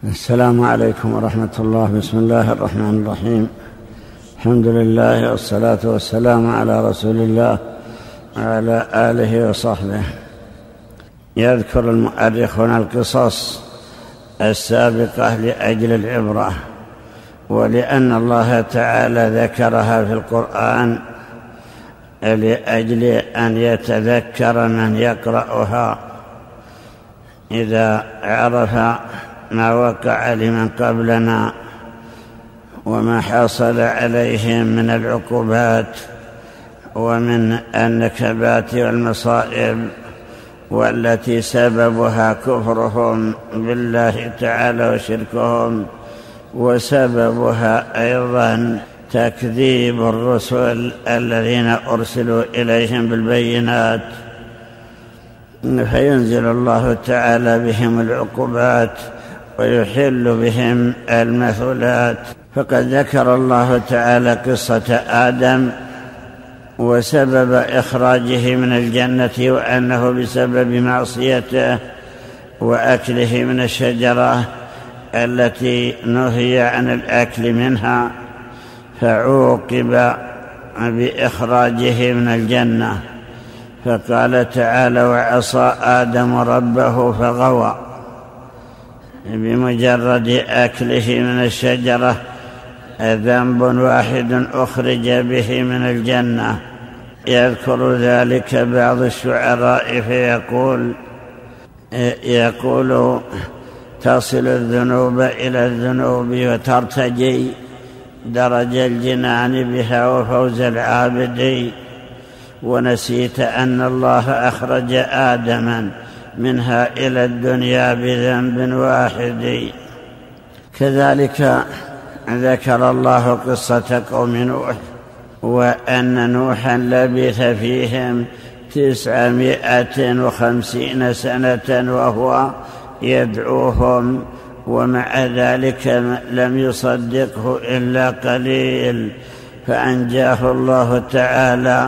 السلام عليكم ورحمة الله. بسم الله الرحمن الرحيم. الحمد لله والصلاة والسلام على رسول الله وعلى آله وصحبه. يذكر المؤرخون القصص السابقة لأجل العبرة، ولأن الله تعالى ذكرها في القرآن لأجل أن يتذكر من يقرأها إذا عرف ما وقع لمن قبلنا وما حصل عليهم من العقوبات ومن النكبات والمصائب، والتي سببها كفرهم بالله تعالى وشركهم، وسببها أيضا تكذيب الرسل الذين أرسلوا إليهم بالبينات، فينزل الله تعالى بهم العقوبات ويحل بهم المثلات. فقد ذكر الله تعالى قصة آدم وسبب إخراجه من الجنة، وأنه بسبب معصيته وأكله من الشجرة التي نهي عن الأكل منها فعوقب بإخراجه من الجنة. فقال تعالى: وعصى آدم ربه فغوى، بمجرد أكله من الشجرة ذنب واحد أخرج به من الجنة. يذكر ذلك بعض الشعراء فيقول تصل الذنوب إلى الذنوب وترتجي درج الجنان بها وفوز العابدين، ونسيت أن الله أخرج آدما منها إلى الدنيا بذنب واحد. كذلك ذكر الله قصة قوم نوح، وأن نوحا لبث فيهم 950 سنة وهو يدعوهم، ومع ذلك لم يصدقه إلا قليل، فأنجاه الله تعالى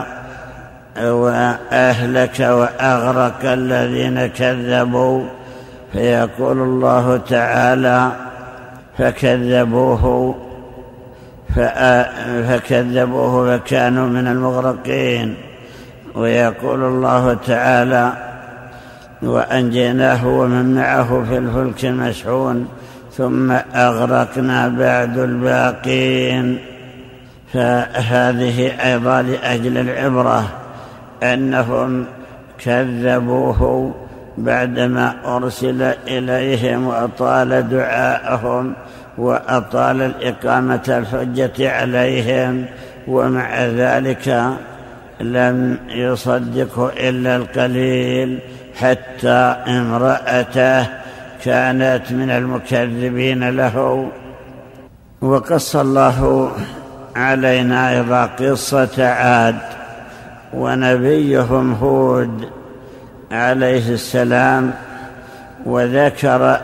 وأهلك وأغرق الذين كذبوا. فيقول الله تعالى: فكذبوه فكانوا من المغرقين. ويقول الله تعالى: وأنجيناه ومن معه في الفلك المشحون ثم أغرقنا بعد الباقين. فهذه أيضا لأجل العبرة، أنهم كذبوه بعدما أرسل إليهم وأطال دعاءهم وأطال الإقامة الحجة عليهم، ومع ذلك لم يصدقه إلا القليل، حتى امرأته كانت من المكذبين له. وقص الله علينا أيضا قصة عاد ونبيهم هود عليه السلام، وذكر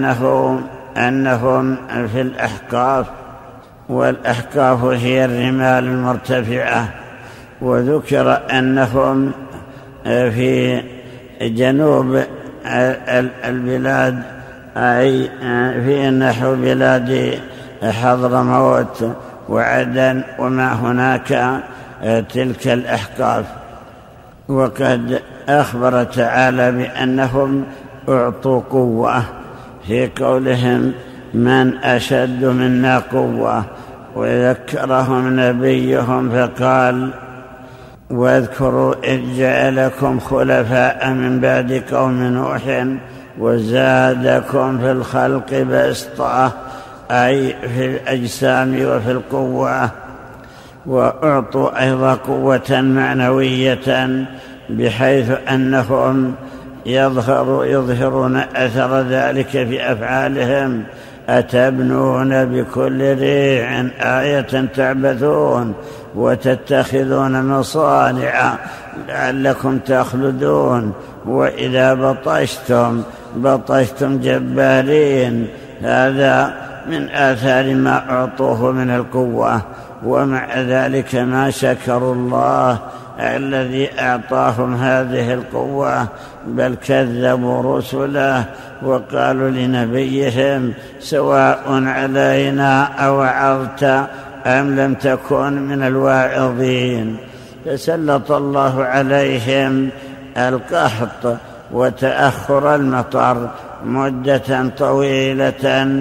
أنهم في الأحقاف، والأحقاف هي الرمال المرتفعة، وذكر أنهم في جنوب البلاد، أي في نحو بلاد حضرموت وعدن وما هناك تلك الأحقاف. وقد أخبر تعالى بأنهم أعطوا قوة في قولهم: من أشد منا قوة. وذكرهم نبيهم فقال: واذكروا إذ جعلكم خلفاء من بعد قوم نوح وزادكم في الخلق بسطة، أي في الأجسام وفي القوة. وأعطوا أيضا قوة معنوية، بحيث أنهم يظهرون أثر ذلك في أفعالهم: أتبنون بكل ريع آية تعبثون وتتخذون مصانع لعلكم تخلدون، وإذا بطشتم جبارين هذا من آثار ما أعطوه من القوة، ومع ذلك ما شكروا الله الذي أعطاهم هذه القوة، بل كذبوا رسله وقالوا لنبيهم سواء علينا أوعظت أم لم تكن من الواعظين. فسلط الله عليهم القحط وتأخر المطر مدة طويلة،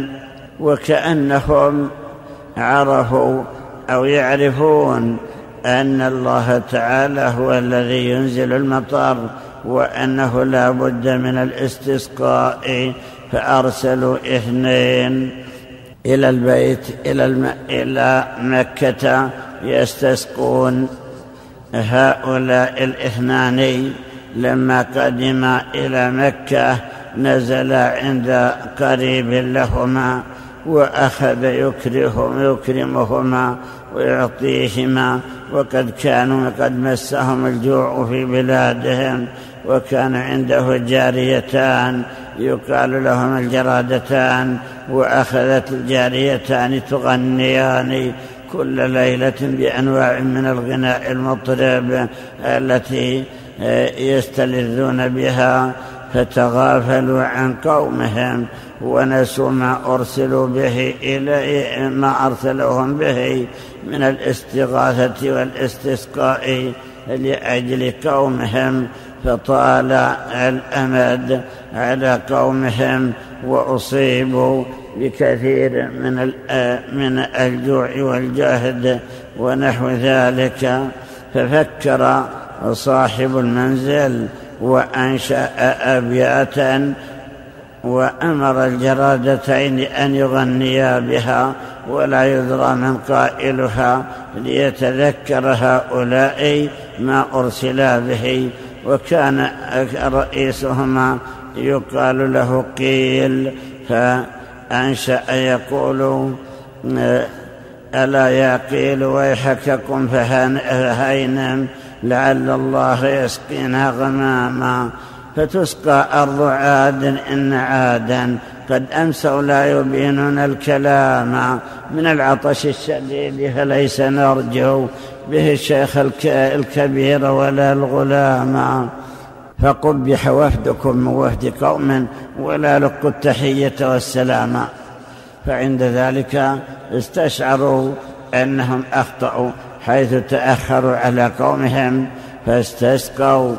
وكأنهم عرفوا أو يعرفون أن الله تعالى هو الذي ينزل المطر وأنه لا بد من الاستسقاء، فأرسلوا 2 إلى البيت إلى مكة يستسقون. هؤلاء 2 لما قدم إلى مكة نزل عند قريب لهما وأخذ يكرمهما ويعطيهما، وقد كانوا قد مسهم الجوع في بلادهم، وكان عنده جاريتان يقال لهما الجرادتان، وأخذت الجاريتان تغنيان كل ليلة بأنواع من الغناء المطرب التي يستلذون بها، فتغافلوا عن قومهم ونسوا ما أرسلوا به إليه، ما أرسلوهم به من الاستغاثة والاستسقاء لأجل قومهم، فطال الأمد على قومهم وأصيبوا بكثير من الجوع والجهد ونحو ذلك. ففكر صاحب المنزل وأنشأ أبياتا وأمر الجرادتين أن يغنيا بها ولا يدرى من قائلها، ليتذكر هؤلاء ما أرسلا به. وكان رئيسهما يقال له قيل، فأنشأ يقول: ألا يا قيل ويحك قم فهينم لعل الله يسقينا غماما، فتسقى أرض عاد إن عادا قد أمسوا لا يبينون الكلام، من العطش الشديد فليس نرجو به الشيخ الكبير ولا الغلام، فقبح وفدكم من وفد قوم ولا لقوا التحية والسلام. فعند ذلك استشعروا أنهم أخطأوا حيث تأخروا على قومهم، فاستسقوا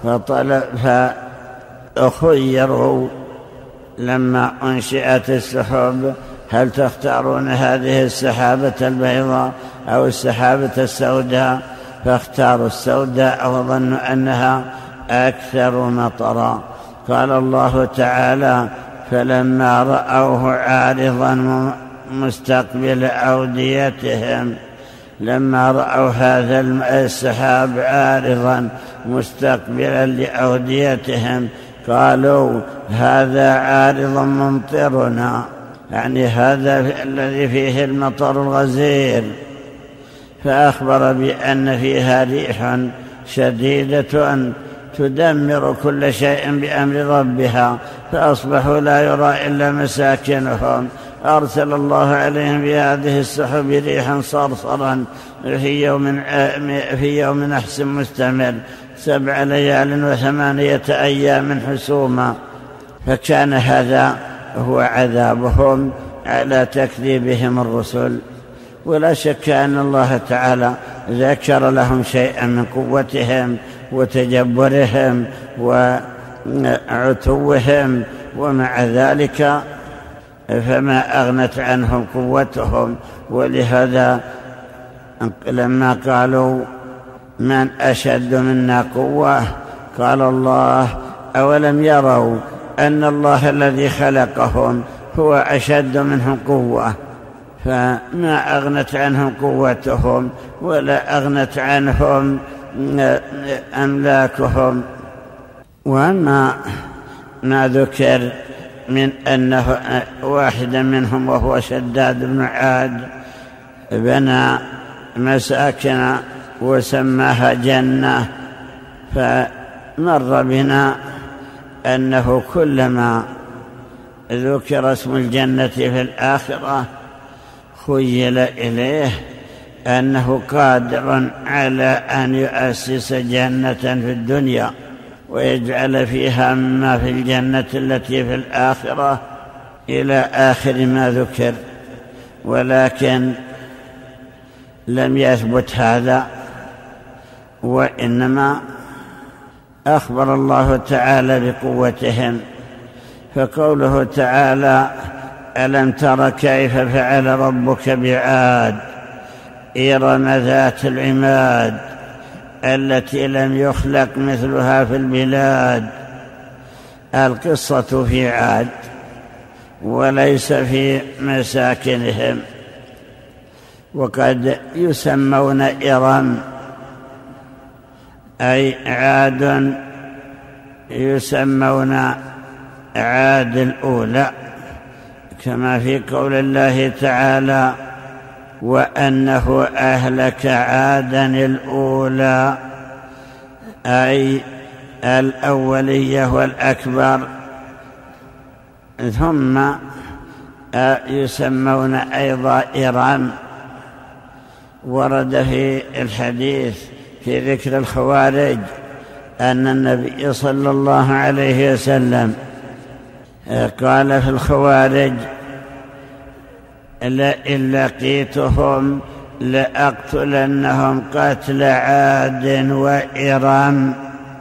فأخيروا لما أنشئت السحاب: هل تختارون هذه السحابة البيضاء أو السحابة السوداء؟ فاختاروا السوداء وظنوا أنها أكثر مطرا. قال الله تعالى: فلما رأوه عارضا مستقبل أوديتهم، لما رأوا هذا السحاب عارضا مستقبلا لأوديتهم قالوا: هذا عارض ممطرنا، يعني هذا الذي فيه المطر الغزير. فأخبر بأن فيها ريح شديدة تدمر كل شيء بأمر ربها، فأصبحوا لا يرى إلا مساكنهم. أرسل الله عليهم بهذه السحب ريحا صرصرا في يوم نحس مستمر 7 ليال و8 أيام حسوما. فكان هذا هو عذابهم على تكذيبهم الرسل. ولا شك أن الله تعالى ذكر لهم شيئا من قوتهم وتجبرهم وعتوهم، ومع ذلك فما أغنت عنهم قوتهم. ولهذا لما قالوا: من أشد منا قوة؟ قال الله: أولم يروا أن الله الذي خلقهم هو أشد منهم قوة؟ فما أغنت عنهم قوتهم ولا أغنت عنهم أملاكهم. وما ذكر من أنه واحدا منهم وهو شداد بن عاد بنى مساكن وسماها جنة، فمر بنا أنه كلما ذكر اسم الجنة في الآخرة خيل إليه أنه قادر على أن يؤسس جنة في الدنيا ويجعل فيها ما في الجنة التي في الآخرة إلى آخر ما ذكر، ولكن لم يثبت هذا، وإنما أخبر الله تعالى بقوتهم. فقوله تعالى: ألم تر كيف فعل ربك بعاد إرم ذات العماد التي لم يخلق مثلها في البلاد. القصة في عاد وليس في مساكنهم، وقد يسمون إرم أي عاد، يسمون عاد الأولى، كما في قول الله تعالى: وأنه أهلك عادا الأولى، أي الأولية والأكبر. ثم يسمون أيضا إرم. ورد في الحديث في ذكر الخوارج أن النبي صلى الله عليه وسلم قال في الخوارج: لئن لقيتهم لأقتلنهم قتل عاد وإرم.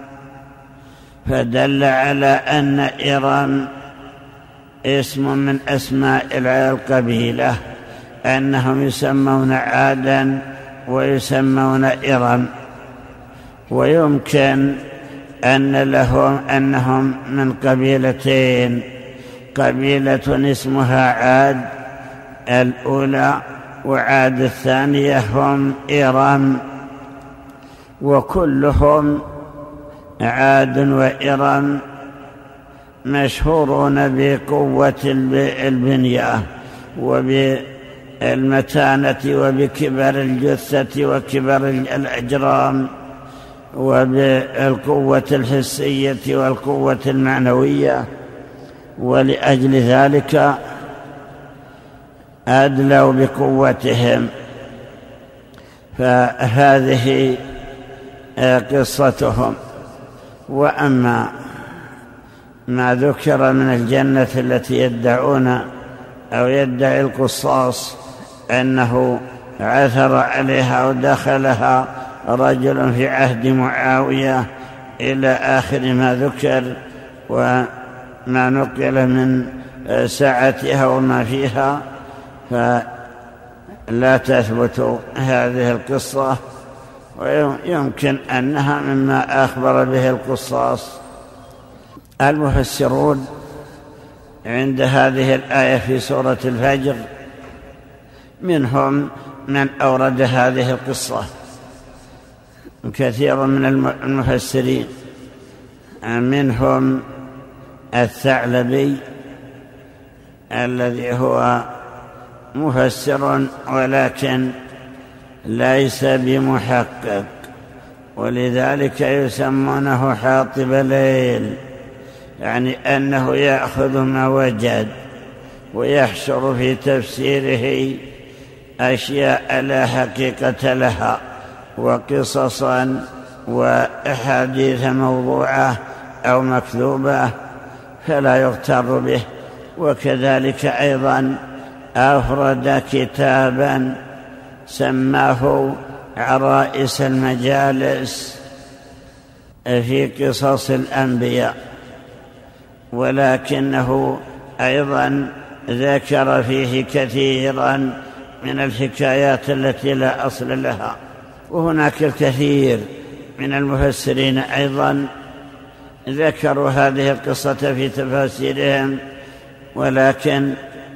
فدل على أن إرم اسم من أسماء القبيلة، أنهم يسمون عادا ويسمون إرم. ويمكن أنهم من قبيلتين: قبيلة اسمها عاد الأولى، وعاد الثانية هم إرم، وكلهم عاد وإرم مشهورون بقوة البنية وبالمتانة وبكبر الجثة وكبر الأجرام وبالقوة الحسية والقوة المعنوية، ولأجل ذلك أدلوا بقوتهم. فهذه قصتهم. وأما ما ذكر من الجنة التي يدعون أو يدعي القصاص أنه عثر عليها أو دخلها رجل في عهد معاوية إلى آخر ما ذكر وما نقل من سعتها وما فيها، فلا تثبت هذه القصة، ويمكن أنها مما أخبر به القصاص. المفسرون عند هذه الآية في سورة الفجر منهم من أورد هذه القصة، كثير من المفسرين، منهم الثعلبي الذي هو مفسر ولكن ليس بمحقق، ولذلك يسمونه حاطب ليل، يعني أنه يأخذ ما وجد ويحشر في تفسيره أشياء لا حقيقة لها، وقصصا وأحاديث موضوعة أو مكذوبة، فلا يغتر به. وكذلك أيضا أفرد كتابا سماه عرائس المجالس في قصص الأنبياء، ولكنه أيضا ذكر فيه كثيرا من الحكايات التي لا أصل لها. وهناك الكثير من المفسرين أيضا ذكروا هذه القصة في تفاسيرهم، ولكن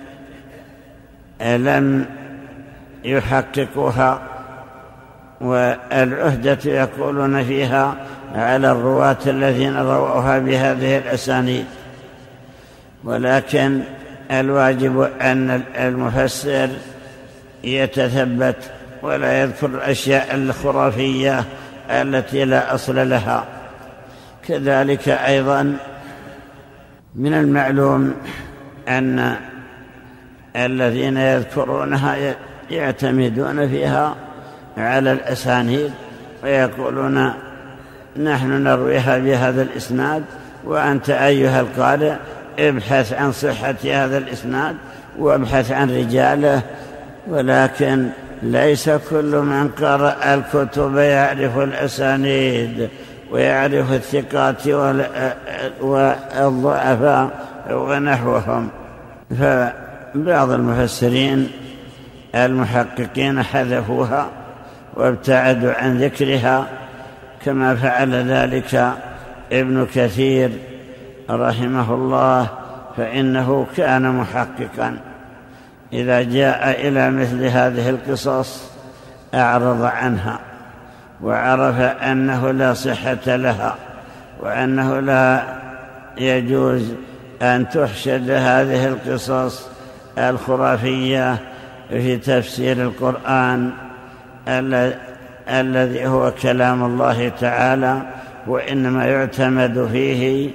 لم يحققوها، والعهدة يقولون فيها على الرواة الذين رووها بهذه الأسانيد. ولكن الواجب أن المفسر يتثبت ولا يذكر الأشياء الخرافية التي لا أصل لها. كذلك أيضا من المعلوم أن الذين يذكرونها يعتمدون فيها على الأسانيد ويقولون نحن نرويها بهذا الإسناد، وأنت أيها القارئ ابحث عن صحة هذا الإسناد وابحث عن رجاله. ولكن ليس كل من قرأ الكتب يعرف الأسانيد ويعرف الثقات والضعفاء ونحوهم. فبعض المفسرين المحققين حذفوها وابتعدوا عن ذكرها، كما فعل ذلك ابن كثير رحمه الله، فإنه كان محققا إذا جاء إلى مثل هذه القصص أعرض عنها وعرف أنه لا صحة لها وأنه لا يجوز أن تحشد هذه القصص الخرافية في تفسير القرآن الذي هو كلام الله تعالى، وإنما يعتمد فيه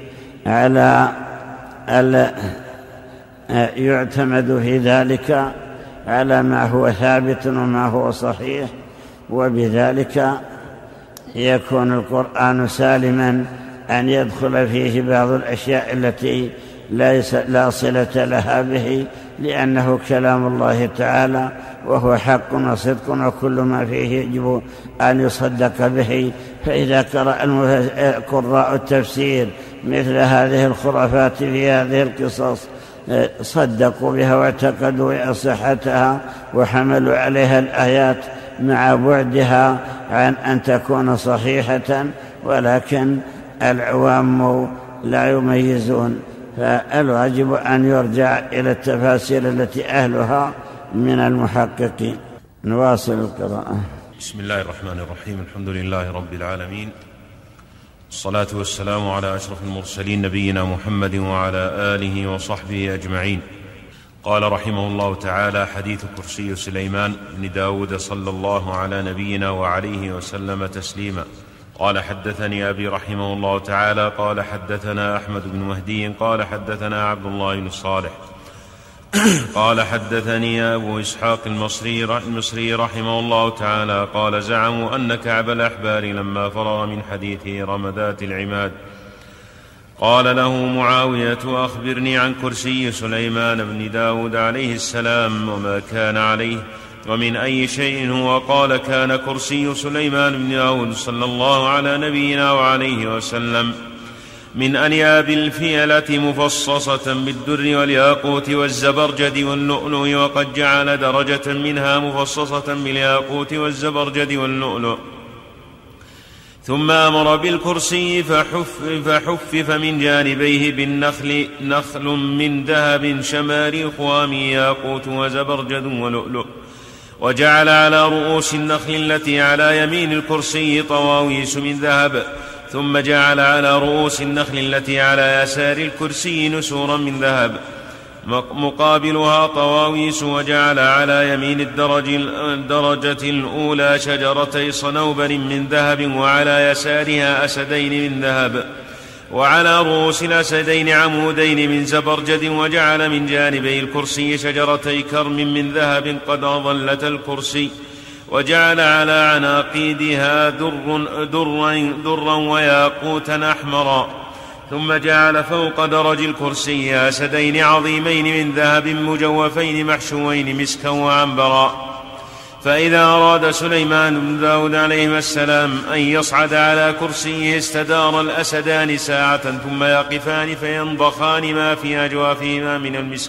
يعتمد في ذلك على ما هو ثابت وما هو صحيح، وبذلك يكون القرآن سالما أن يدخل فيه بعض الأشياء التي لا صلة لها به، لأنه كلام الله تعالى وهو حق وصدق، وكل ما فيه يجب أن يصدق به. فإذا قرأ قراء التفسير مثل هذه الخرافات في هذه القصص صدقوا بها واعتقدوا صحتها وحملوا عليها الآيات مع بعدها عن أن تكون صحيحة، ولكن العوام لا يميزون. فالواجب أن يرجع إلى التفاسير التي أهلها من المحققين. نواصل القراءة. بسم الله الرحمن الرحيم. الحمد لله رب العالمين، الصلاة والسلام على أشرف المرسلين نبينا محمد وعلى آله وصحبه أجمعين. قال رحمه الله تعالى: حديث كرسي سليمان بن داود صلى الله على نبينا وعليه وسلم تسليما. قال: حدثني أبي رحمه الله تعالى قال: حدثنا أحمد بن مهدي قال: حدثنا عبد الله بن الصالح قال: حدثني أبو إسحاق المصري رحمه الله تعالى قال: زعموا أن كعب الأحبار لما فرغ من حديثه رمدات العماد قال له معاوية: أخبرني عن كرسي سليمان بن داود عليه السلام وما كان عليه ومن أي شيء هو. قال: كان كرسي سليمان بن داود صلى الله على نبينا وعليه وسلم من أنياب الفيلة مفصصة بالدر والياقوت والزبرجد واللؤلؤ، وقد جعل درجة منها مفصصة بالياقوت والزبرجد واللؤلؤ. ثم أمر بالكرسي فحفف من جانبيه بالنخل نخل من ذهب شماريخ وامي ياقوت وزبرجد ولؤلؤ، وجعل على رؤوس النخل التي على يمين الكرسي طواويس من ذهب، ثم جعل على رؤوس النخل التي على يسار الكرسي نسورا من ذهب مقابلها طواويس، وجعل على يمين الدرجة الأولى شجرتي صنوبر من ذهب، وعلى يسارها أسدين من ذهب، وعلى رؤوس الأسدين عمودين من زبرجد، وجعل من جانبي الكرسي شجرتي كرم من ذهب قد أظلت الكرسي، وجعل على عناقيدها درا وياقوتا أحمرا، ثم جعل فوق درج الكرسي أسدين عظيمين من ذهب مجوفين محشوين مسكا وعنبرا. فإذا أراد سليمان بن داود عليه السلام أن يصعد على كرسيه استدار الأسدان ساعة ثم يقفان فينضخان ما في أجوافهما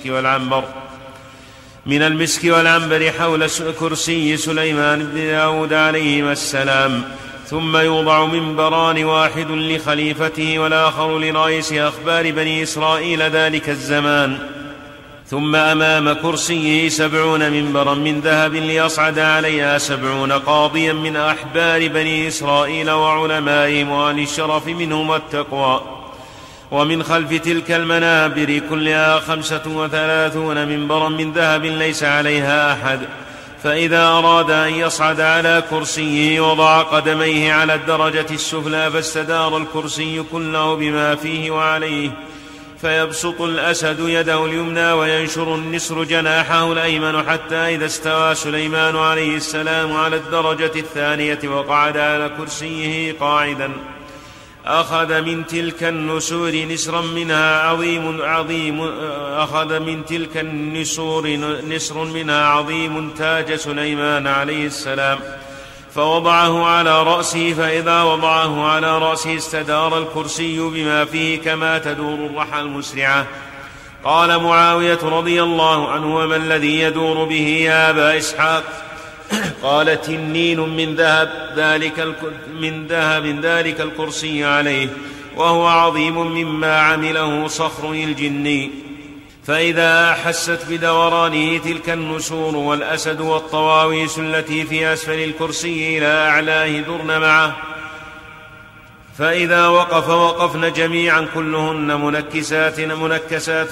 من المسك والعنبر حول كرسي سليمان بن داود عليه السلام، ثم يوضع منبران، واحد لخليفته والآخر لرئيس أخبار بني إسرائيل ذلك الزمان، ثم أمام كرسيه 70 منبرا من ذهب ليصعد عليها 70 قاضيا من أحبار بني إسرائيل وعلمائهم وأهل الشرف منهم والتقوى، ومن خلف تلك المنابر كلها 35 منبرا من ذهب ليس عليها أحد. فإذا أراد أن يصعد على كرسيه وضع قدميه على الدرجة السفلى فاستدار الكرسي كله بما فيه وعليه، فيبسط الأسد يده اليمنى وينشر النسر جناحه الأيمن حتى إذا استوى سليمان عليه السلام على الدرجة الثانية وقعد على كرسيه قاعدا أخذ من تلك النسور نسر منها عظيم تاج سليمان عليه السلام فوضعه على رأسه، فإذا وضعه على رأسه استدار الكرسي بما فيه كما تدور الرحى المسرعة. قال معاوية رضي الله عنه: وما الذي يدور به يا أبا إسحاق؟ قال: تنين من ذهب ذلك الكرسي عليه، وهو عظيم مما عمله صخر الجني. فإذا أحست بدورانه تلك النسور والأسد والطواويس التي في أسفل الكرسي إلى أعلاه درن معه، فإذا وقفن جميعا كلهن منكسات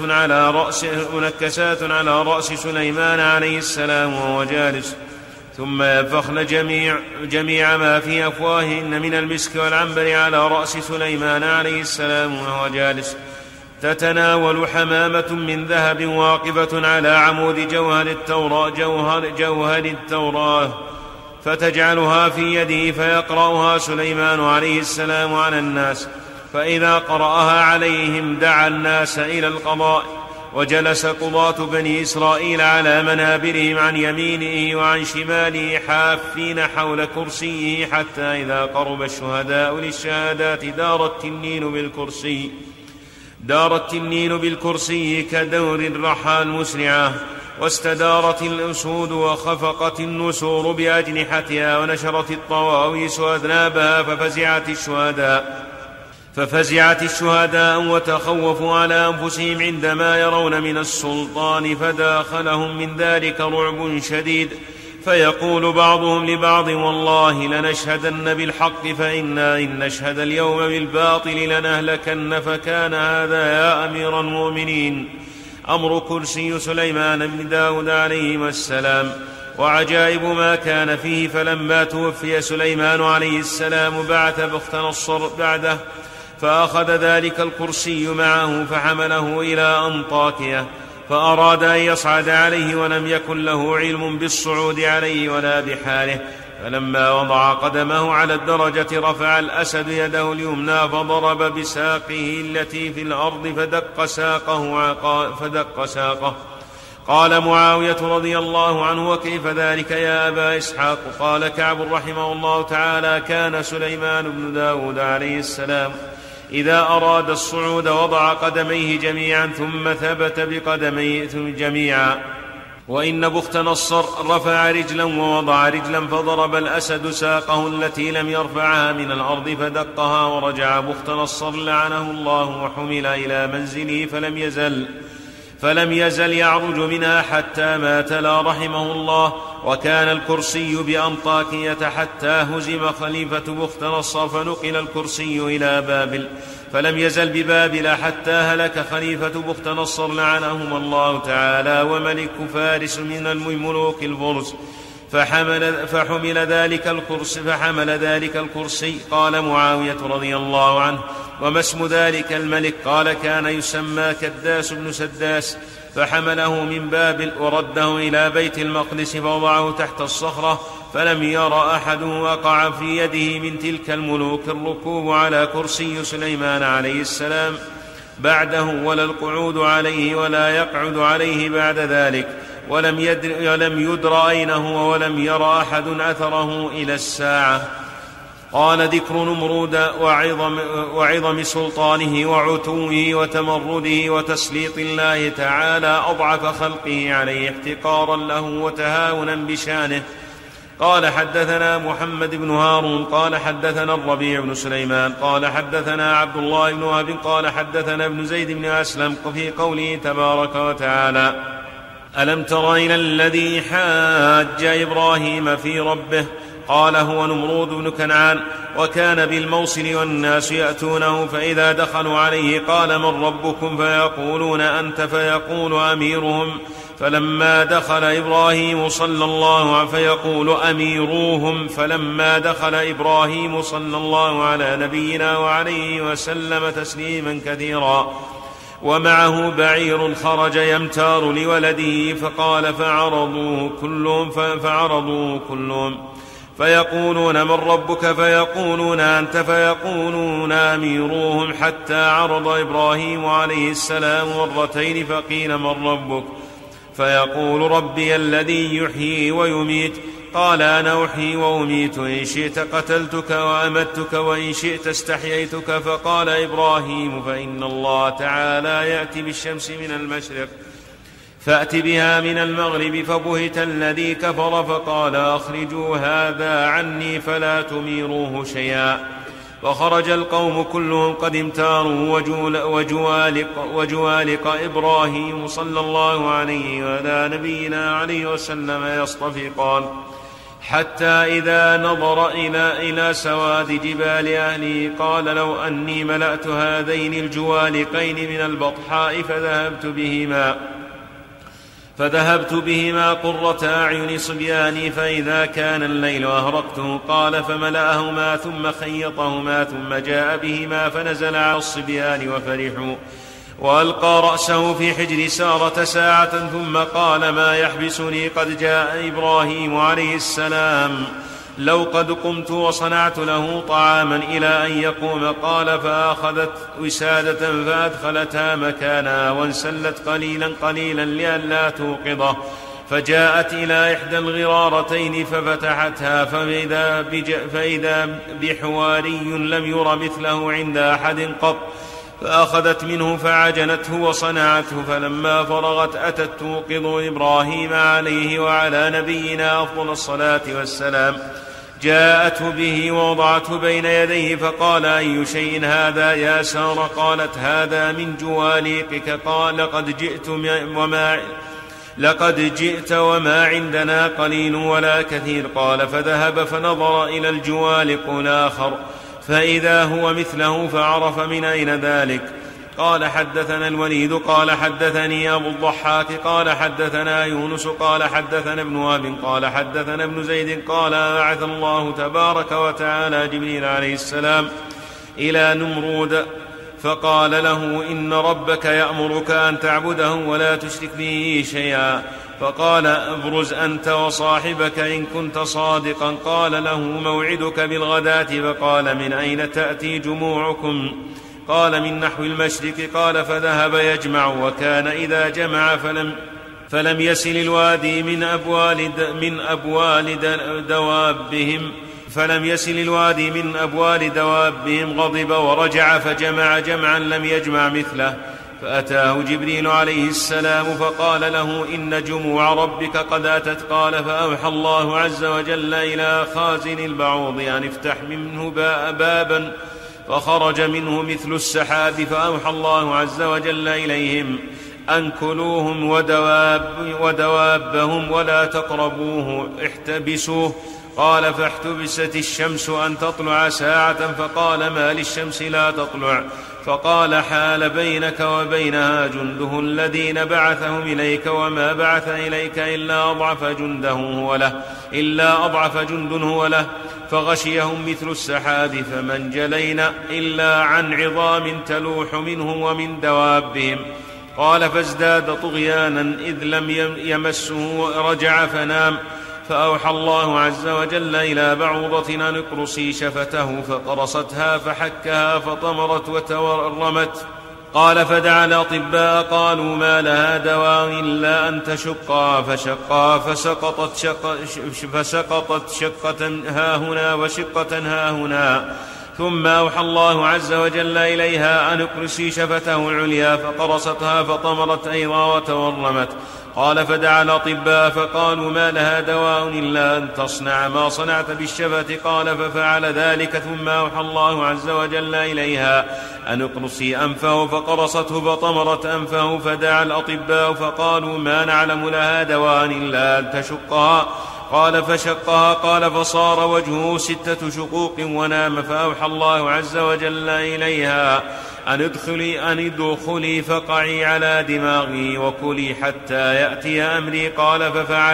على رأس سليمان عليه السلام وهو جالس، ثم ينفخن جميع ما في أفواههن من المسك والعنبر على رأس سليمان عليه السلام وهو جالس. تتناول حمامة من ذهب واقفة على عمود جوهر التوراة فتجعلها في يده، فيقرأها سليمان عليه السلام على الناس، فإذا قرأها عليهم دعا الناس إلى القضاء. وجلس قضاة بني إسرائيل على منابرهم عن يمينه وعن شماله حافين حول كرسيه، حتى إذا قرب الشهداء للشهادات دار التنين بالكرسي كدور الرحى المسرعة، واستدارت الأسود وخفقت النسور بأجنحتها، ونشرت الطواويس أذنابها، ففزعت الشهداء وتخوفوا على أنفسهم عندما يرون من السلطان، فداخلهم من ذلك رعب شديد، فيقول بعضهم لبعض: والله لنشهدن بالحق، فإنا إن نشهد اليوم بالباطل لنهلكن. فكان هذا يا أمير المؤمنين أمر كرسي سليمان بن داود عليه السلام، وعجائب ما كان فيه. فلما توفي سليمان عليه السلام بعث بخت نصر بعده، فأخذ ذلك الكرسي معه فحمله إلى أنطاكية، فأراد أن يصعد عليه ولم يكن له علم بالصعود عليه ولا بحاله. فلما وضع قدمه على الدرجة رفع الأسد يده اليمنى فضرب بساقه التي في الأرض فدق ساقه. قال معاوية رضي الله عنه: وكيف ذلك يا أبا إسحاق؟ قال كعب رحمه الله تعالى: كان سليمان بن داود عليه السلام إذا أراد الصعود وضع قدميه جميعا ثم ثبت بقدميه جميعا، وإن بخت نصر رفع رجلا ووضع رجلا، فضرب الأسد ساقه التي لم يرفعها من الأرض فدقها، ورجع بخت نصر لعنه الله وحمل إلى منزله فلم يزل يعرج منها حتى مات لا رحمه الله. وكان الكرسي بأنطاكية حتى هزم خليفة بخت نصر، فنقل الكرسي إلى بابل، فلم يزل ببابل حتى هلك خليفة بخت نصر لعنهم الله تعالى، وملك فارس من ملوك الفرس، فحمل ذلك الكرسي. قال معاوية رضي الله عنه: وما اسم ذلك الملك؟ قال: كان يسمى كداس بن سداس، فحمله من بابل ورده إلى بيت المقدس، فوضعه تحت الصخرة، فلم ير أحد وقع في يده من تلك الملوك الركوب على كرسي سليمان عليه السلام بعده، ولا القعود عليه ولا يقعد عليه بعد ذلك، ولم يدر أين هو، ولم ير أحد أثره إلى الساعة. قال: ذكر نمرود وعظم سلطانه وعتوه وتمرده وتسليط الله تعالى أضعف خلقه عليه احتقارا له وتهاونا بشانه. قال: حدثنا محمد بن هارون قال حدثنا الربيع بن سليمان قال حدثنا عبد الله بن وهب قال حدثنا ابن زيد بن أسلم في قوله تبارك وتعالى: ألم تر إلى الذي حاج إبراهيم في ربه؟ قال: هو نمرود بن كنعان، وكان بالموصل والناس يأتونه، فإذا دخلوا عليه قال: من ربكم؟ فيقولون: أنت، فيقول أميرهم. فلما دخل إبراهيم صلى الله على نبينا وعليه وسلم تسليما كثيرا، ومعه بعير خرج يمتار لولده، فقال فعرضوه كلهم فيقولون من ربك؟ فيقولون أنت، فيقولون أميروهم، حتى عرض إبراهيم عليه السلام مرتين فقيل من ربك؟ فيقول ربي الذي يحيي ويميت. قال أنا أحيي وأميت، إن شئت قتلتك وأمتك وإن شئت استحييتك. فقال إبراهيم فإن الله تعالى يأتي بالشمس من المشرق فأت بها من المغرب. فبهت الذي كفر فقال أخرجوا هذا عني فلا تميروه شيئا. فخرج القوم كلهم قد امتاروا وجوالق إبراهيم صلى الله عليه وعلى نبينا عليه وسلم يصطفقان، حتى إذا نظر إلى سواد جبال أهله قال لو أني ملأت هذين الجوالقين من البطحاء فذهبت بهما قرة أعين صبياني فإذا كان الليل أهرقته. قال فملأهما ثم خيطهما ثم جاء بهما فنزل على الصبيان وفرحوا، وألقى رأسه في حجر سارة ساعة ثم قال ما يحبسني؟ قد جاء إبراهيم عليه السلام، لو قد قمت وصنعت له طعاما إلى أن يقوم. قال فأخذت وسادة فأدخلتها مكانها وانسلت قليلا لئلا توقظه، فجاءت إلى إحدى الغرارتين ففتحتها فإذا بحواري لم ير مثله عند أحد قط، فأخذت منه فعجنته وصنعته. فلما فرغت أتت توقظ إبراهيم عليه وعلى نبينا أفضل الصلاة والسلام، جاءته به ووضعته بين يديه فقال أي شيء هذا يا سارة؟ قالت هذا من جواليقك. قال لقد جئت وما عندنا قليل ولا كثير. قال فذهب فنظر إلى الجوالق الآخر فإذا هو مثله فعرف من أين ذلك. قال حدثنا الوليد قال حدثني أبو الضحاك قال حدثنا يونس قال حدثنا ابن وهب قال حدثنا ابن زيد قال بعث الله تبارك وتعالى جبريل عليه السلام إلى نمرود فقال له إن ربك يأمرك أن تعبده ولا تشرك به شيئا. فقال ابرز أنت وصاحبك إن كنت صادقا. قال له موعدك بالغداة. فقال من أين تأتي جموعكم؟ قال من نحو المشرق. قال فذهب يجمع، وكان إذا جمع فلم يسل الوادي من أبوال دوابهم غضب ورجع فجمع جمعا لم يجمع مثله. فأتاه جبريل عليه السلام فقال له إن جموع ربك قد أتت. قال فأوحى الله عز وجل إلى خازن البعوض أن افتح منه بابا فخرج منه مثل السحاب. فأوحى الله عز وجل إليهم أن كلوهم ودوابهم ولا تقربوه احتبسوه. قال فاحتبست الشمس أن تطلع ساعة. فقال ما للشمس لا تطلع؟ فقال حال بينك وبينها جنده الذين بعثهم إليك وما بعث إليك إلا أضعف جند هو له. فغشيهم مثل السحاب فما انجلينا إلا عن عظام تلوح منهم ومن دوابهم. قال فازداد طغيانا إذ لم يمسه رجع فنام. فأوحى الله عز وجل إلى بعوضة أن اقرصي شفته فقرصتها فحكها فطمرت وتورمت. قال فدعا الأطباء قالوا ما لها دواء إلا أن تشقها. فشقها فسقطت شقة هاهنا وشقة هاهنا. ثم أوحى الله عز وجل إليها أن اقرصي شفته العليا فقرصتها فطمرت أيضا وتورمت. قال فدعا الأطباء فقالوا ما لها دواء إلا أن تصنع ما صنعت بالشفة. قال ففعل ذلك. ثم أوحى الله عز وجل إليها أن اقرصي أنفه فقرصته فطمرت أنفه. فدعا الأطباء فقالوا ما نعلم لها دواء إلا أن تشقها. قال فشقها. قال فصار وجهه 6 شقوق ونام. فأوحى الله عز وجل إليها أن ادخلي فقعي على دماغي وكلي حتى يأتي أمري. قال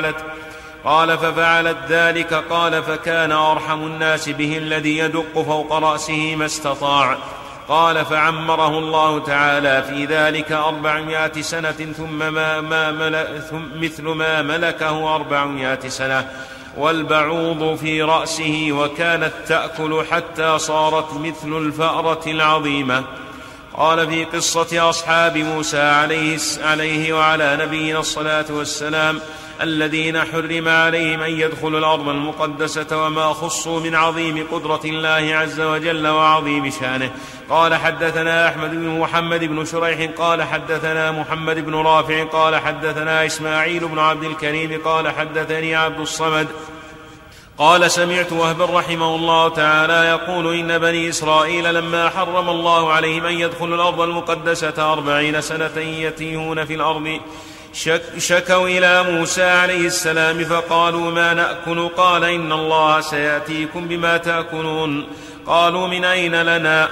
ففعلت ذلك. قال فكان أرحم الناس به الذي يدق فوق رأسه ما استطاع. قال فعمره الله تعالى في ذلك 400 سنة ثم مثل ما ملكه 400 سنة، والبعوض في رأسه، وكانت تأكل حتى صارت مثل الفأرة العظيمة. قال في قصة أصحاب موسى عليه وعلى نبينا الصلاة والسلام الذين حرم عليهم أن يدخلوا الأرض المقدسة وما خصوا من عظيم قدرة الله عز وجل وعظيم شانه. قال حدثنا أحمد بن محمد بن شريح قال حدثنا محمد بن رافع قال حدثنا إسماعيل بن عبد الكريم قال حدثني عبد الصمد قال سمعت وهبا رحمه الله تعالى يقول إن بني إسرائيل لما حرم الله عليهم أن يدخلوا الأرض المقدسة 40 سنة يتيهون في الأرض شكوا إلى موسى عليه السلام فقالوا ما نأكل؟ قال إن الله سيأتيكم بما تأكلون. قالوا من أين لنا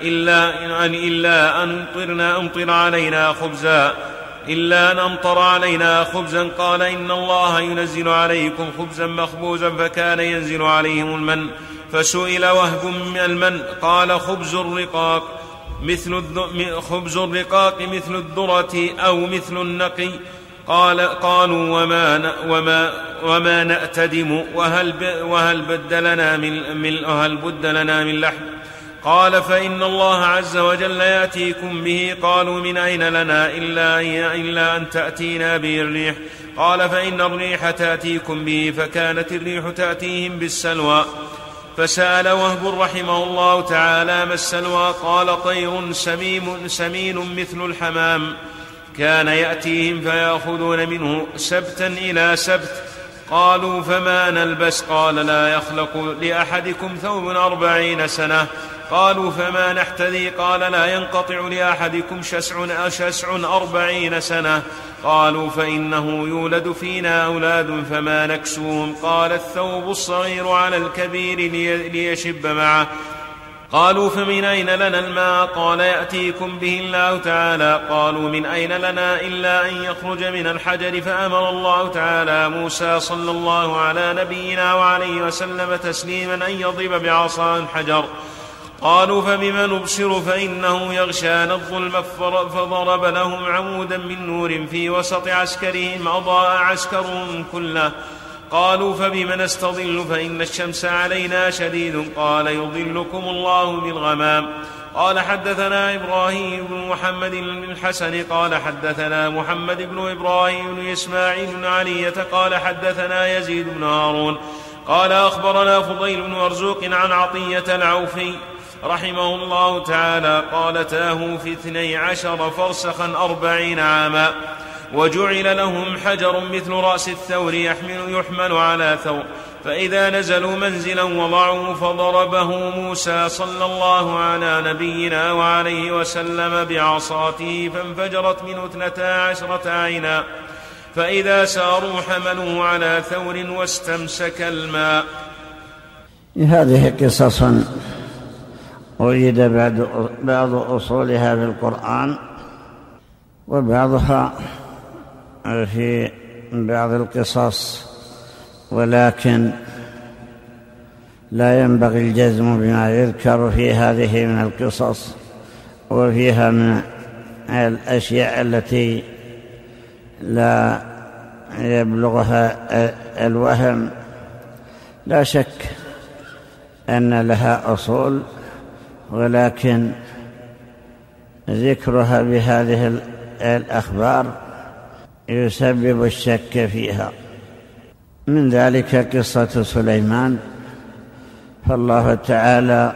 إلا أن أمطر علينا خبزا قال إن الله ينزل عليكم خبزا مخبوزا فكان ينزل عليهم المن. فسئل وهب من المن قال خبز الرقاق مثل الذرة أو مثل النقي. قالوا وما نأتدم وهل بد لنا من لحم؟ قال فإن الله عز وجل يأتيكم به. قالوا من أين لنا إلا أن تأتينا به الريح؟ قال فإن الريح تأتيكم به. فكانت الريح تأتيهم بالسلوى. فسأل وهب رحمه الله تعالى ما السلوى؟ قال طير سمين مثل الحمام كان يأتيهم فيأخذون منه سبتا إلى سبت. قالوا فما نلبس؟ قال لا يخلق لأحدكم ثوب 40 سنة. قالوا فما نحتذي؟ قال لا ينقطع لأحدكم شسع 40 سنة. قالوا فإنه يولد فينا أولاد فما نكسوهم. قال الثوب الصغير على الكبير ليشب معه. قالوا فمن أين لنا الماء؟ قال يأتيكم به الله تعالى. قالوا من أين لنا إلا أن يخرج من الحجر. فأمر الله تعالى موسى صلى الله على نبينا وعليه وسلم تسليما أن يضرب بعصا الحجر. قالوا فبما نبصر؟ فإنه يغشانا الظلم. فضرب لهم عمودا من نور في وسط عسكرهم أضاء عسكرهم كله. قالوا فبما نستظل؟ فإن الشمس علينا شديد. قال يظلكم الله بالغمام. قال حدثنا إبراهيم بن محمد بن الحسن قال حدثنا محمد بن إبراهيم بن إسماعيل بن علية قال حدثنا يزيد بن هارون قال أخبرنا فضيل بن مرزوق عن عطية العوفي رحمه الله تعالى قال تاهوا في 12 فرسخا 40 عاما، وجعل لهم حجر مثل رأس الثور يحمل على ثور، فإذا نزلوا منزلا وضعوه فضربه موسى صلى الله على نبينا وعليه وسلم بعصاته فانفجرت منه 12 عينا، فإذا ساروا حملوه على ثور واستمسك الماء. هذه قصص وجد بعض أصولها في القرآن وبعضها في بعض القصص، ولكن لا ينبغي الجزم بما يذكر في هذه من القصص، وفيها من الأشياء التي لا يبلغها الوهم. لا شك أن لها أصول، ولكن ذكرها بهذه الأخبار يسبب الشك فيها. من ذلك قصة سليمان، فالله تعالى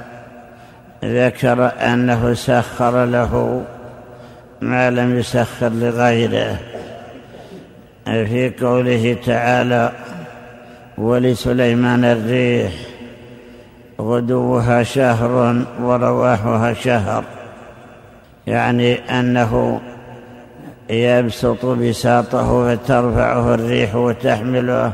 ذكر أنه سخر له ما لم يسخر لغيره في قوله تعالى ولسليمان الريح غدوها شهر ورواحها شهر، يعني أنه يبسط بساطه فترفعه الريح وتحمله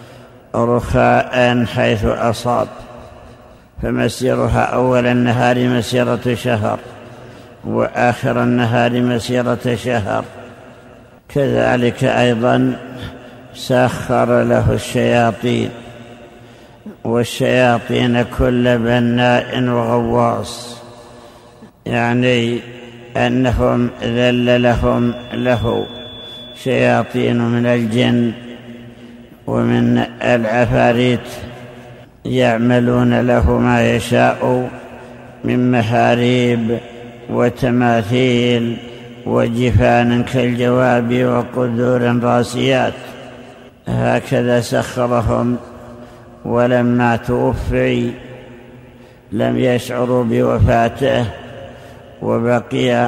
رخاء حيث أصاب، فمسيرها أول النهار مسيرة شهر وآخر النهار مسيرة شهر. كذلك أيضا سخر له الشياطين، والشياطين كل بناء وغواص، يعني أنهم ذل لهم له شياطين من الجن ومن العفاريت يعملون له ما يشاء من محاريب وتماثيل وجفان كالجواب وقدور راسيات. هكذا سخرهم، ولما توفي لم يشعروا بوفاته، وبقي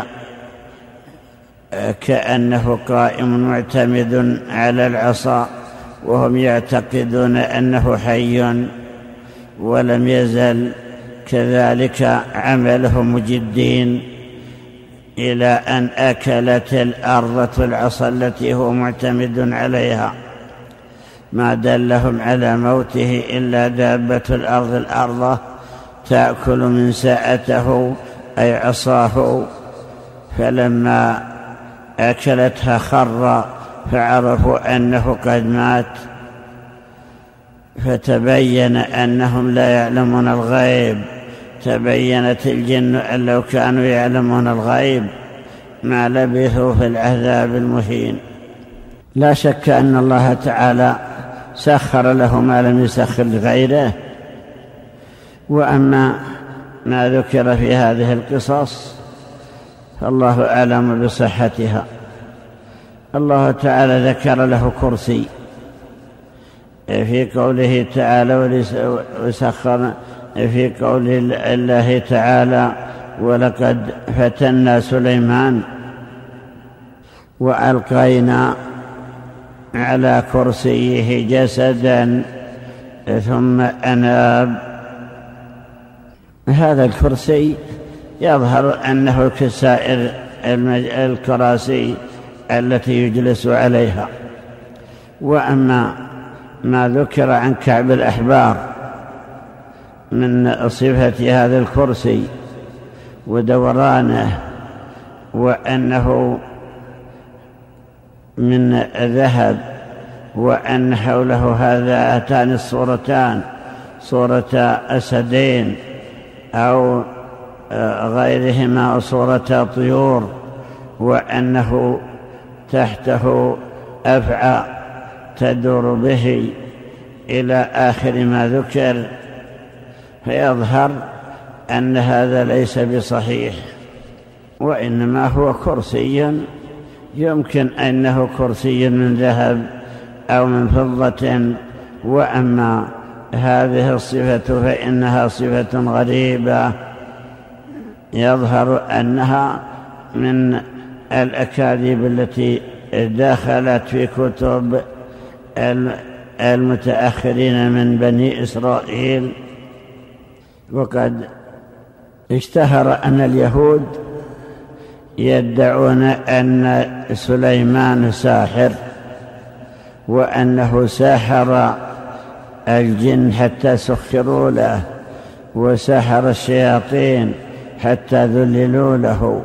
كأنه قائم معتمد على العصا، وهم يعتقدون أنه حي، ولم يزل كذلك عملهم مجدين إلى أن أكلت الأرض العصا التي هو معتمد عليها. ما دلهم على موته إلا دابة الأرض تأكل من ساءته أي عصاه، فلما أكلتها خر فعرفوا أنه قد مات، فتبين أنهم لا يعلمون الغيب. تبينت الجن أن لو كانوا يعلمون الغيب ما لبثوا في العذاب المهين. لا شك أن الله تعالى سخر له ما لم يسخر لغيره. وأما ما ذكر في هذه القصص فالله أعلم بصحتها. الله تعالى ذكر له كرسي في قوله تعالى وسخر، في قول الله تعالى ولقد فتنا سليمان وألقينا على كرسيه جسدا ثم أناب. هذا الكرسي يظهر أنه كسائر الكراسي التي يجلس عليها. وأما ما ذكر عن كعب الأحبار من صفة هذا الكرسي ودورانه، وأنه من ذهب، وأن حوله هاتان الصورتان، صورة أسدين أو غيرهما صورة طيور، وأنه تحته أفعى تدور به إلى آخر ما ذكر، فيظهر أن هذا ليس بصحيح، وإنما هو كرسي يمكن أنه كرسي من ذهب أو من فضة. وأما هذه الصفة فإنها صفة غريبة يظهر أنها من الأكاذيب التي دخلت في كتب المتأخرين من بني إسرائيل. وقد اشتهر أن اليهود يدعون أن سليمان ساحر، وأنه ساحر الجن حتى سخروا له، وساحر الشياطين حتى ذللوا له.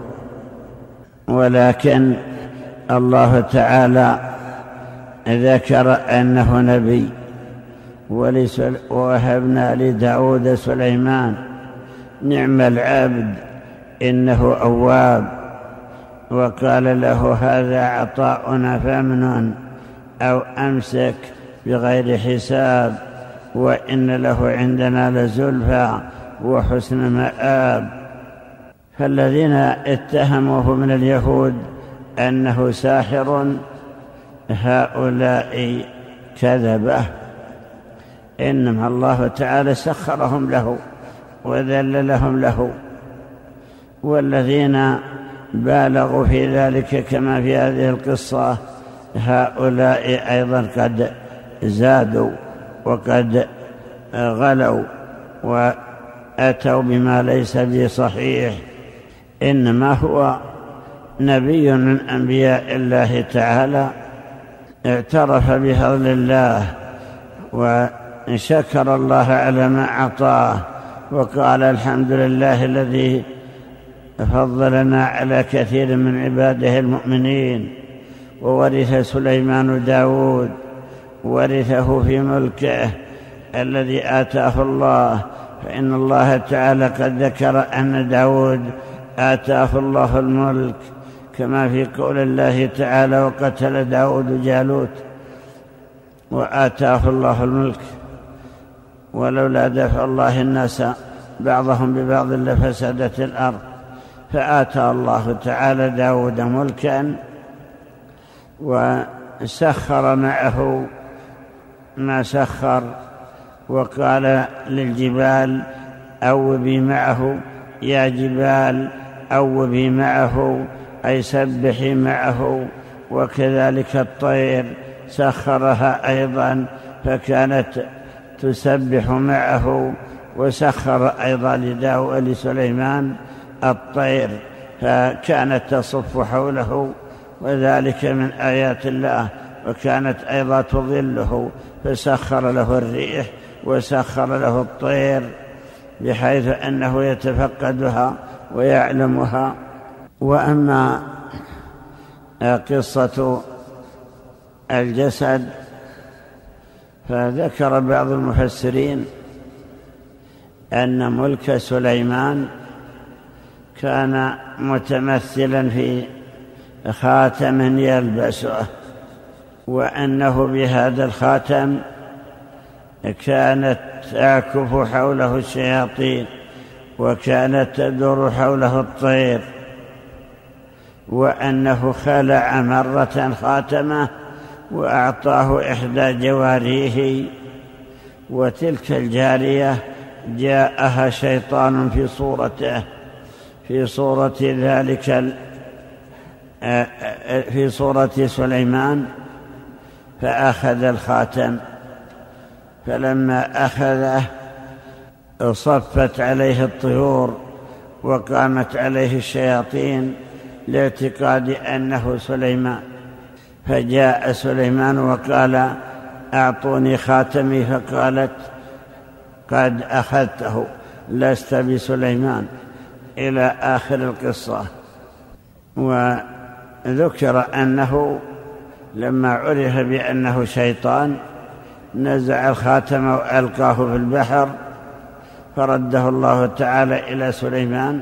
ولكن الله تعالى ذكر أنه نبي، ووهبنا لداود سليمان نعم العبد إنه أواب، وقال له هذا عطاؤنا فامنن أو أمسك بغير حساب، وإن له عندنا لزلفى وحسن مآب. فالذين اتهموه من اليهود أنه ساحر هؤلاء كذبه، إنما الله تعالى سخرهم له وذللهم له. والذين بالغوا في ذلك كما في هذه القصة هؤلاء أيضا قد زادوا وقد غلوا وأتوا بما ليس بصحيح. إنما هو نبي من أنبياء الله تعالى، اعترف بفضل الله وشكر الله على ما أعطاه، وقال الحمد لله الذي فضلنا على كثير من عباده المؤمنين. وورث سليمان داود، ورثه في ملكه الذي آتاه الله، فإن الله تعالى قد ذكر أن داود آتاه الله الملك، كما في قول الله تعالى: وقتل داود جالوت، وآتاه الله الملك. ولولا دفع الله الناس بعضهم ببعض لفسدت الأرض، فآتى الله تعالى داود ملكا وسخر معه ما سخر، وقال للجبال أوبي معه، يا جبال أوبي معه، أي سبحي معه. وكذلك الطير سخرها أيضا فكانت تسبح معه، وسخر أيضا لسليمان الطير فكانت تصف حوله، وذلك من آيات الله. وكانت أيضا تظله، فسخر له الريح وسخر له الطير بحيث أنه يتفقدها ويعلمها. وأما قصة الجسد فذكر بعض المفسرين أن ملك سليمان كان متمثلا في خاتم يلبسه، وأنه بهذا الخاتم كانت تعكف حوله الشياطين، وكانت تدور حوله الطير، وأنه خلع مرة خاتمه وأعطاه إحدى جواريه، وتلك الجارية جاءها شيطان في صورته، في صورة سليمان، فأخذ الخاتم. فلما أخذه صفت عليه الطيور وقامت عليه الشياطين لاعتقاد أنه سليمان. فجاء سليمان وقال: أعطوني خاتمي، فقالت: قد أخذته، لست بسليمان، إلى آخر القصة. وذكر أنه لما عرف بأنه شيطان نزع الخاتم وألقاه في البحر، فرده الله تعالى إلى سليمان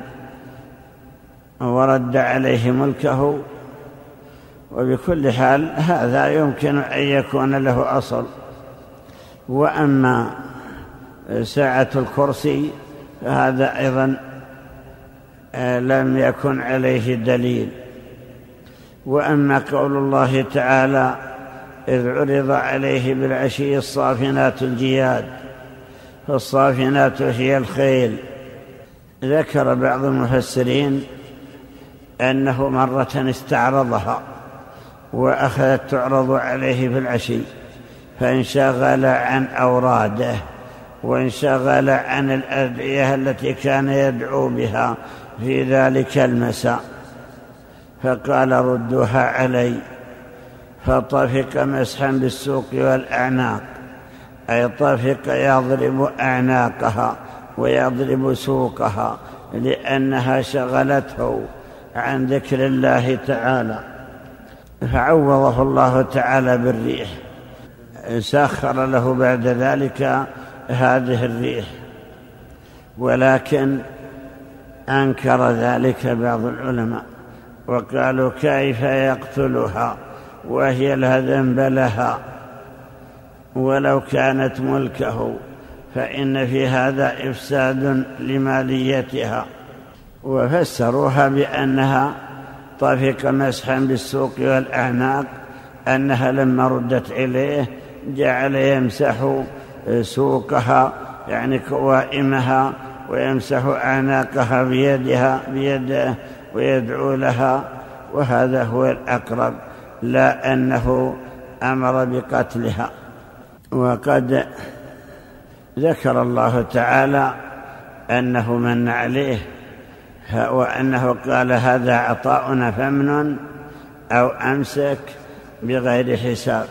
ورد عليه ملكه. وبكل حال هذا يمكن أن يكون له أصل. وأما سعة الكرسي فهذا أيضا لم يكن عليه دليل. وأما قول الله تعالى: إذ عرض عليه بالعشي الصافنات الجياد، فالصافنات هي الخيل. ذكر بعض المفسرين أنه مرة استعرضها وأخذت تعرض عليه في العشي، فانشغل عن أوراده وانشغل عن الأدعية التي كان يدعو بها في ذلك المساء، فقال: ردوها علي. فطفق مسحا بالسوق والأعناق، أي طفق يضرب أعناقها ويضرب سوقها، لأنها شغلته عن ذكر الله تعالى. فعوضه الله تعالى بالريح، سخر له بعد ذلك هذه الريح. ولكن أنكر ذلك بعض العلماء وقالوا: كيف يقتلها وهي لا ذنب لها؟ ولو كانت ملكه فإن في هذا إفساد لماليتها. وفسروها بأنها طفق مسحا بالسوق والأعناق، أنها لما ردت إليه جعل يمسح سوقها يعني قوائمها، ويمسح أعناقها بيده ويدعو لها. وهذا هو الأقرب، لا أنه أمر بقتلها. وقد ذكر الله تعالى أنه من عليه، وأنه قال: هذا عطاؤنا فامنن أو أمسك بغير حساب.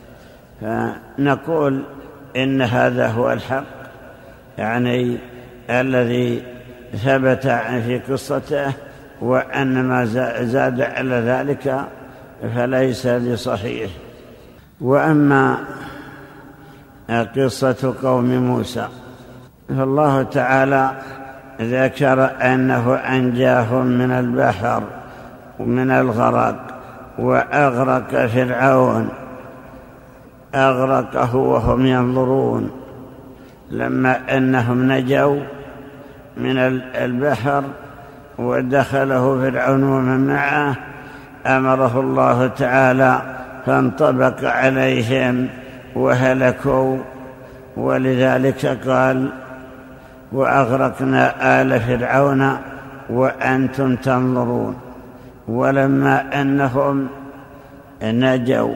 فنقول إن هذا هو الحق، يعني الذي ثبت في قصته، وأن ما زاد على ذلك فليس بصحيح. وأما قصة قوم موسى فالله تعالى ذكر أنه أنجاهم من البحر ومن الغرق، وأغرق فرعون، أغرقه وهم ينظرون. لما أنهم نجوا من البحر ودخله فرعون ومن معه أمره الله تعالى فانطبق عليهم وهلكوا. ولذلك قال: وأغرقنا آل فرعون وأنتم تنظرون. ولما أنهم نجوا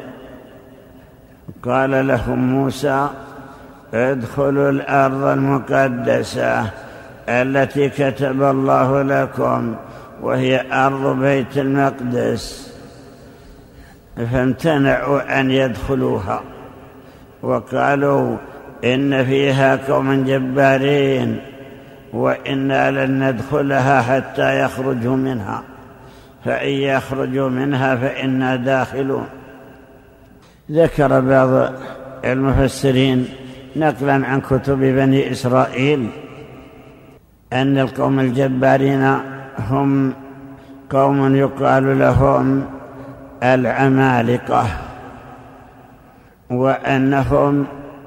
قال لهم موسى: ادخلوا الأرض المقدسة التي كتب الله لكم، وهي أرض بيت المقدس. فامتنعوا أن يدخلوها وقالوا: إن فيها قوما جبارين وإنا لن ندخلها حتى يخرجوا منها، فإن يخرجوا منها فإنا داخلون. ذكر بعض المفسرين نقلا عن كتب بني إسرائيل أن القوم الجبارين هم قوم يقال لهم العمالقة، وأنهم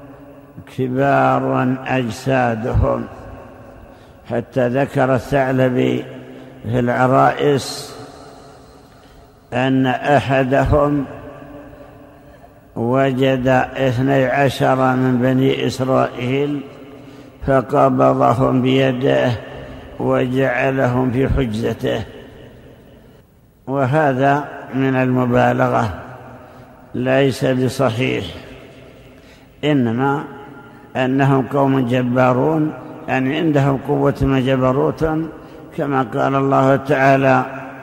كبار أجسادهم، حتى ذكر الثعلبي في العرائس أن أحدهم وجد 12 من بني إسرائيل فقبضهم بيده وجعلهم في حجزته. وهذا من المبالغة ليس بصحيح، إنما أنهم قوم جبارون، يعني عندهم قوة وجبروت، كما قال الله تعالى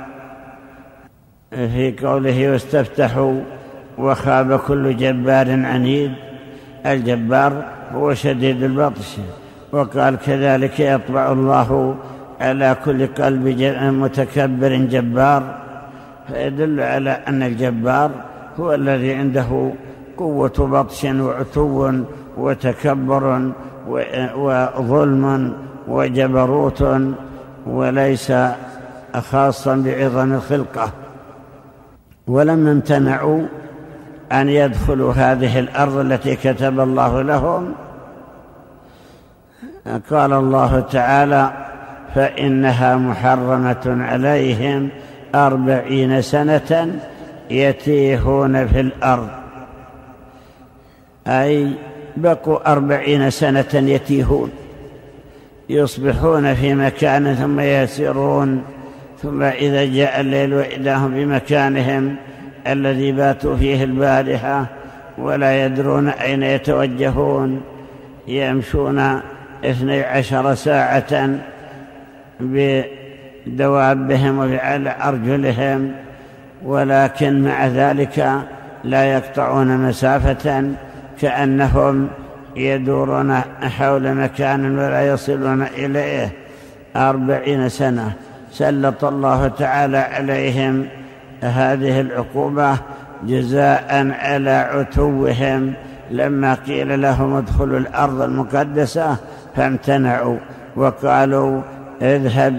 في قوله: واستفتحوا وخاب كل جبار عنيد. الجبار هو شديد البطش. وقال: كذلك يطبع الله على كل قلب متكبر جبار. فيدل على أن الجبار هو الذي عنده قوة بطش وعتو وتكبر وظلم وجبروت، وليس خاصا بعظم الخلقة. ولما امتنعوا أن يدخلوا هذه الأرض التي كتب الله لهم قال الله تعالى: فإنها محرمة عليهم 40 سنة يتيهون في الأرض، أي بقوا 40 سنة يتيهون، يصبحون في مكان ثم يسيرون، ثم إذا جاء الليل وإذا هم بمكانهم الذي باتوا فيه البارحة ولا يدرون أين يتوجهون، يمشون 12 ساعة بدوابهم وعلى أرجلهم، ولكن مع ذلك لا يقطعون مسافة، كأنهم يدورون حول مكان ولا يصلون إليه. 40 سنة سلط الله تعالى عليهم هذه العقوبة جزاء على عتوهم، لما قيل لهم ادخلوا الأرض المقدسة فامتنعوا وقالوا: اذهب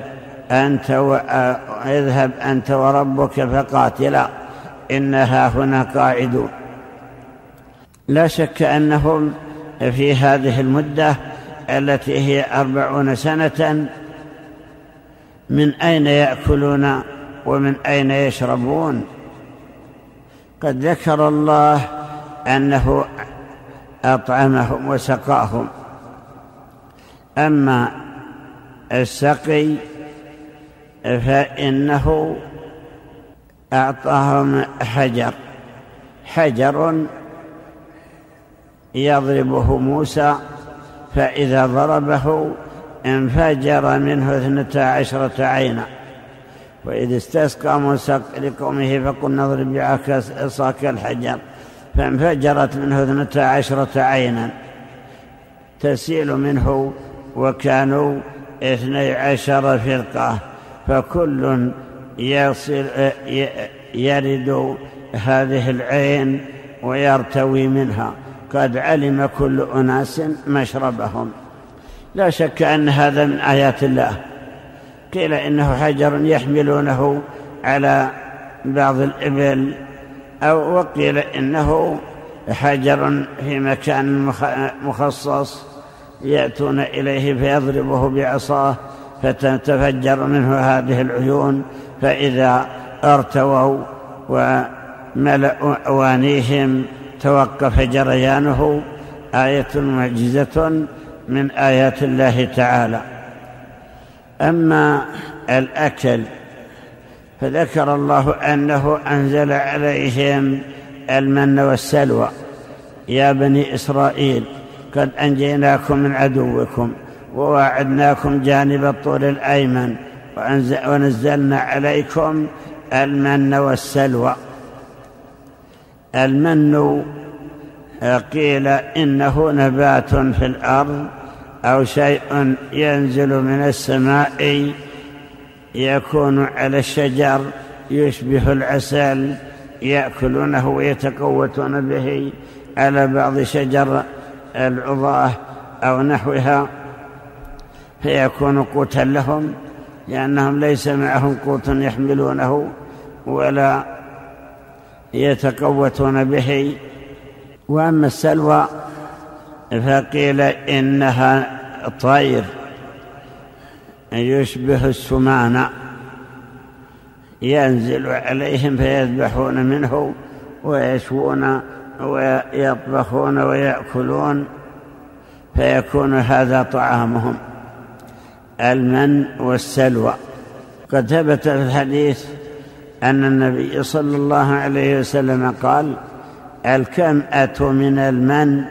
أنت وربك فقاتلا إنها هنا قاعدون. لا شك أنهم في هذه المدة التي هي 40 سنة من أين يأكلون ومن أين يشربون؟ قد ذكر الله أنه أطعمهم وسقاهم. أما السقي فإنه أعطاهم حجر يضربه موسى، فإذا ضربه انفجر منه 12 عينا. وإذ استسقى موسى لقومه فقلنا اضرب بعصاك الحجر فانفجرت منه 12 عينا تسيل منه، وكانوا 12 فرقة، فكل يرد هذه العين ويرتوي منها. قد علم كل أناس مشربهم. لا شك أن هذا من آيات الله. قيل إنه حجر يحملونه على بعض الإبل، أو وقيل إنه حجر في مكان مخصص يأتون إليه فيضربه بعصاه فتتفجر منه هذه العيون، فإذا ارتووا وملأوا أوانيهم توقف جريانه. آية معجزة من آيات الله تعالى. أما الأكل فذكر الله أنه أنزل عليهم المن والسلوى. يا بني إسرائيل قد أنجيناكم من عدوكم وواعدناكم جانب الطور الأيمن ونزلنا عليكم المن والسلوى. المن قيل إنه نبات في الأرض أو شيء ينزل من السماء يكون على الشجر يشبه العسل، يأكلونه ويتقوتون به على بعض شجر العضاه أو نحوها، فيكون قوتا لهم لأنهم ليس معهم قوت يحملونه ولا يتقوتون به. وأما السلوى فقيل إنها طير يشبه السمان ينزل عليهم فيذبحون منه ويشوون ويطبخون ويأكلون، فيكون هذا طعامهم المن والسلوى. قد ثبت في الحديث أن النبي صلى الله عليه وسلم قال: الكمأة من المن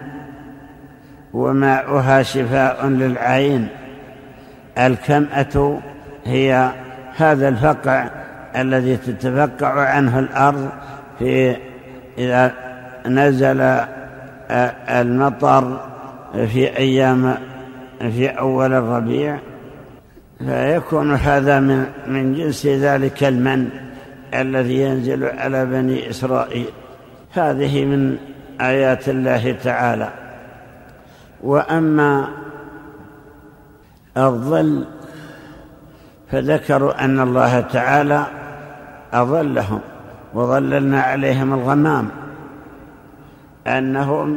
وماؤها شفاء للعين. الكمأة هي هذا الفقع الذي تتفقع عنه الأرض إذا نزل المطر في أول الربيع، فيكون هذا من جنس ذلك المن الذي ينزل على بني إسرائيل. هذه من آيات الله تعالى. وأما الظل فذكروا أن الله تعالى أظلهم وظللنا عليهم الغمام، أنهم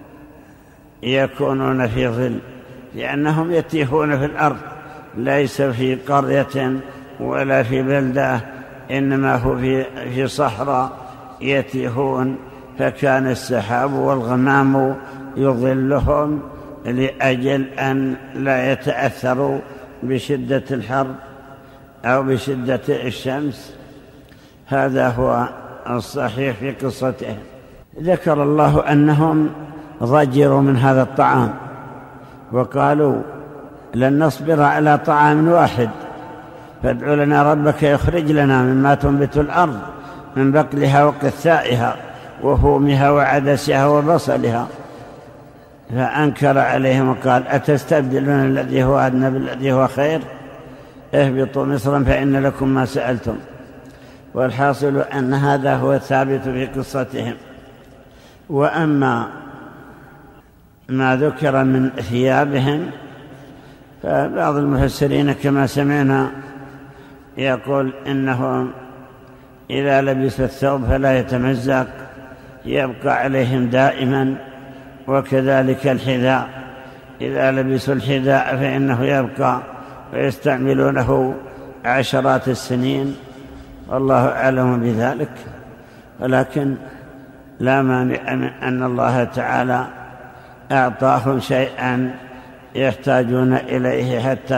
يكونون في ظل لأنهم يتيهون في الأرض، ليس في قرية ولا في بلدة، إنما هو في صحراء يتيهون، فكان السحاب والغمام يظلهم لأجل أن لا يتأثروا بشدة الحر أو بشدة الشمس. هذا هو الصحيح في قصته. ذكر الله أنهم ضجروا من هذا الطعام وقالوا: لن نصبر على طعام واحد فادع لنا ربك يخرج لنا مما تنبت الأرض من بقلها وقثائها وفومها وعدسها وبصلها. فأنكر عليهم وقال: أتستبدلون الذي هو أدنى بالذي هو خير؟ اهبطوا مصرا فإن لكم ما سألتم. والحاصل أن هذا هو الثابت في قصتهم. وأما ما ذكر من ثيابهم فبعض المفسرين كما سمعنا يقول إنه إذا لبسوا الثوب فلا يتمزق، يبقى عليهم دائما. وكذلك الحذاء، إذا لبسوا الحذاء فإنه يبقى ويستعملونه عشرات السنين، والله أعلم بذلك. ولكن لا مانع من أن الله تعالى أعطاهم شيئا يحتاجون إليه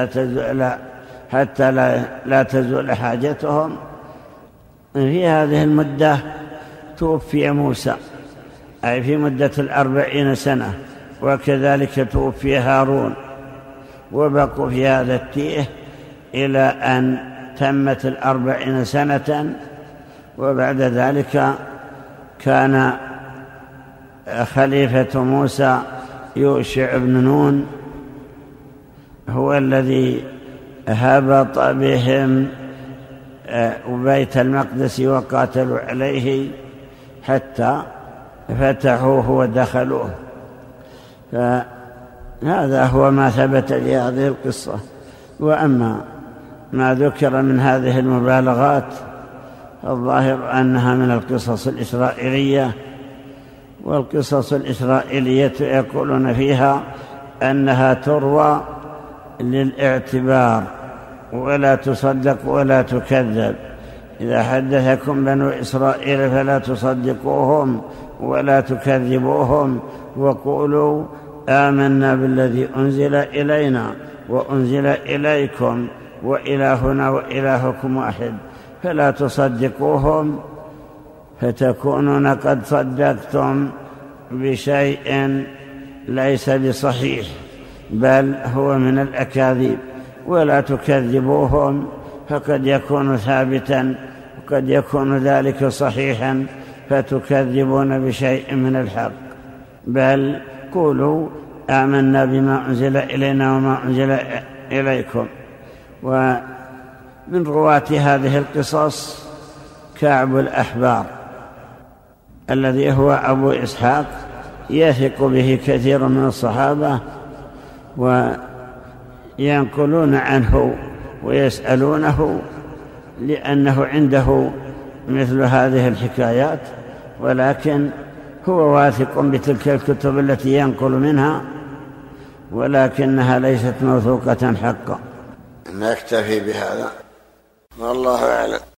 حتى لا تزول حاجتهم. في هذه المدة توفي موسى، أي في مدة 40 سنة، وكذلك توفي هارون، وبقوا في هذا التيه إلى أن تمت 40 سنة. وبعد ذلك كان خليفة موسى يوشع بن نون هو الذي هبط بهم بيت المقدس وقاتلوا عليه حتى فتحوه ودخلوه. هذا هو ما ثبت في هذه القصة. وأما ما ذكر من هذه المبالغات الظاهر أنها من القصص الإسرائيلية، والقصص الإسرائيلية يقولون فيها أنها تروى للاعتبار ولا تصدق ولا تكذب. إذا حدثكم بنو إسرائيل فلا تصدقوهم ولا تكذبوهم، وقولوا آمنا بالذي أنزل إلينا وأنزل إليكم وإلهنا وإلهكم واحد، فلا تصدقوهم فتكونون قد صدقتم بشيء ليس بصحيح بل هو من الأكاذيب، ولا تكذبوهم فقد يكون ثابتا وقد يكون ذلك صحيحا فتكذبون بشيء من الحق، بل قولوا آمنا بما أنزل إلينا وما أنزل إليكم. ومن رواة هذه القصص كعب الأحبار الذي هو أبو إسحاق، يثق به كثير من الصحابة وينقلون عنه ويسألونه لأنه عنده مثل هذه الحكايات، ولكن هو واثق بتلك الكتب التي ينقل منها ولكنها ليست موثوقة حقا. نكتفي بهذا والله أعلم.